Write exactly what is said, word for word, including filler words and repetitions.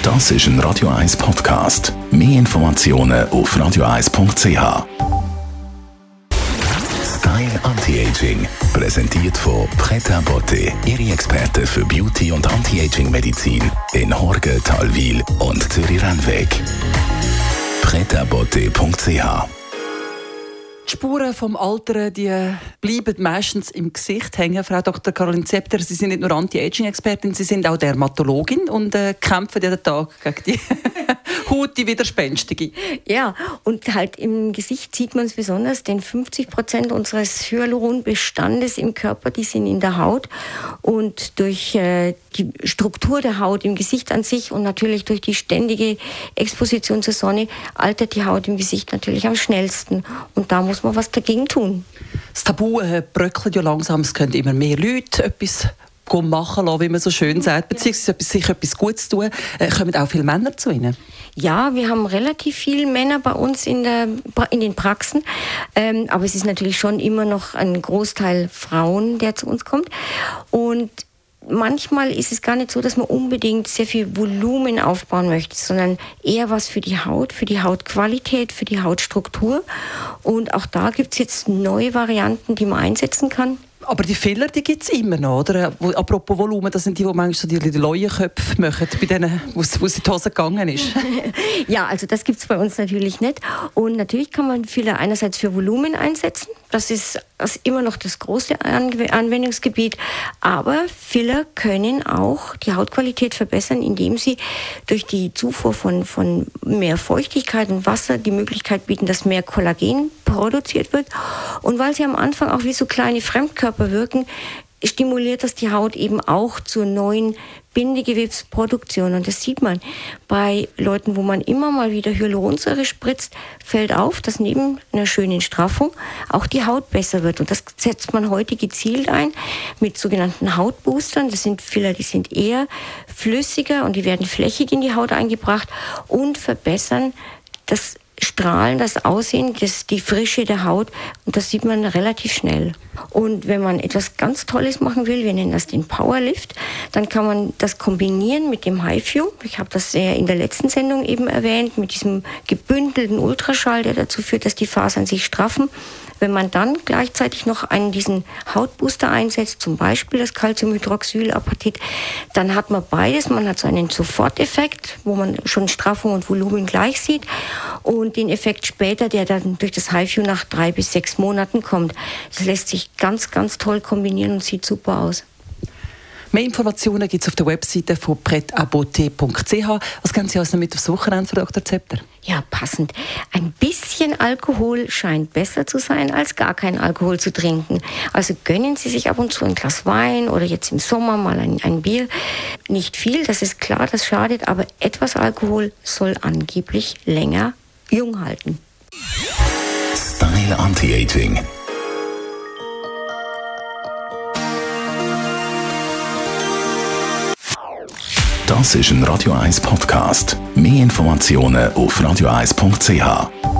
Das ist ein Radio eins Podcast. Mehr Informationen auf radio eins punkt c h. Style Anti-Aging, präsentiert von Pret à Beauté, Ihre Experte für Beauty- und Anti-Aging-Medizin in Horgen, Talwil und Zürich-Rennweg. pret à beauté punkt c h. Die Spuren vom Altern, die bleiben meistens im Gesicht hängen. Frau Doktor Caroline Zepter, Sie sind nicht nur Anti-Aging-Expertin, Sie sind auch Dermatologin und äh, kämpfen jeden Tag gegen die Haut, die widerspenstige. Ja, und halt im Gesicht sieht man es besonders, denn fünfzig Prozent unseres Hyaluronbestandes im Körper, die sind in der Haut. Und durch äh, die Struktur der Haut im Gesicht an sich und natürlich durch die ständige Exposition zur Sonne altert die Haut im Gesicht natürlich am schnellsten. Und da muss man was dagegen tun. Das Tabu äh, bröckelt ja langsam, es können immer mehr Leute etwas machen lassen, wie man so schön sagt, beziehungsweise sich etwas Gutes tun. Äh, kommen auch viele Männer zu Ihnen? Ja, wir haben relativ viele Männer bei uns in, der, in den Praxen, ähm, aber es ist natürlich schon immer noch ein Großteil Frauen, der zu uns kommt. Und manchmal ist es gar nicht so, dass man unbedingt sehr viel Volumen aufbauen möchte, sondern eher was für die Haut, für die Hautqualität, für die Hautstruktur. Und auch da gibt es jetzt neue Varianten, die man einsetzen kann. Aber die Filler, die gibt es immer noch, oder? Wo, apropos Volumen, das sind die, die manchmal so die, die Leuenköpfe machen, bei denen, wo es in die Hose gegangen ist. Ja, also das gibt es bei uns natürlich nicht. Und natürlich kann man Filler einerseits für Volumen einsetzen. Das ist, das ist immer noch das große Anwendungsgebiet. Aber Filler können auch die Hautqualität verbessern, indem sie durch die Zufuhr von, von mehr Feuchtigkeit und Wasser die Möglichkeit bieten, dass mehr Kollagen produziert wird. Und weil sie am Anfang auch wie so kleine Fremdkörper wirken, stimuliert das die Haut eben auch zur neuen Bindegewebsproduktion. Und das sieht man bei Leuten, wo man immer mal wieder Hyaluronsäure spritzt, fällt auf, dass neben einer schönen Straffung auch die Haut besser wird. Und das setzt man heute gezielt ein mit sogenannten Hautboostern. Das sind Filler, die sind eher flüssiger und die werden flächig in die Haut eingebracht und verbessern das Strahlen, das Aussehen, das, die Frische der Haut, und das sieht man relativ schnell. Und wenn man etwas ganz Tolles machen will, wir nennen das den Powerlift, dann kann man das kombinieren mit dem HIFU. Ich habe das in der letzten Sendung eben erwähnt, mit diesem gebündelten Ultraschall, der dazu führt, dass die Fasern sich straffen. Wenn man dann gleichzeitig noch einen diesen Hautbooster einsetzt, zum Beispiel das Calciumhydroxylapatit, dann hat man beides. Man hat so einen Soforteffekt, wo man schon Straffung und Volumen gleich sieht, und den Effekt später, der dann durch das HIFU nach drei bis sechs Monaten kommt. Das lässt sich ganz, ganz toll kombinieren und sieht super aus. Mehr Informationen gibt es auf der Webseite von pret à beauté punkt c h. Was können Sie also mit aufs Wochenende, Frau Doktor Zepter? Ja, passend. Ein bisschen Alkohol scheint besser zu sein, als gar kein Alkohol zu trinken. Also gönnen Sie sich ab und zu ein Glas Wein oder jetzt im Sommer mal ein, ein Bier. Nicht viel, das ist klar, das schadet, aber etwas Alkohol soll angeblich länger jung halten. Style Anti-Aging. Das ist ein Radio eins Podcast. Mehr Informationen auf radio eins punkt c h.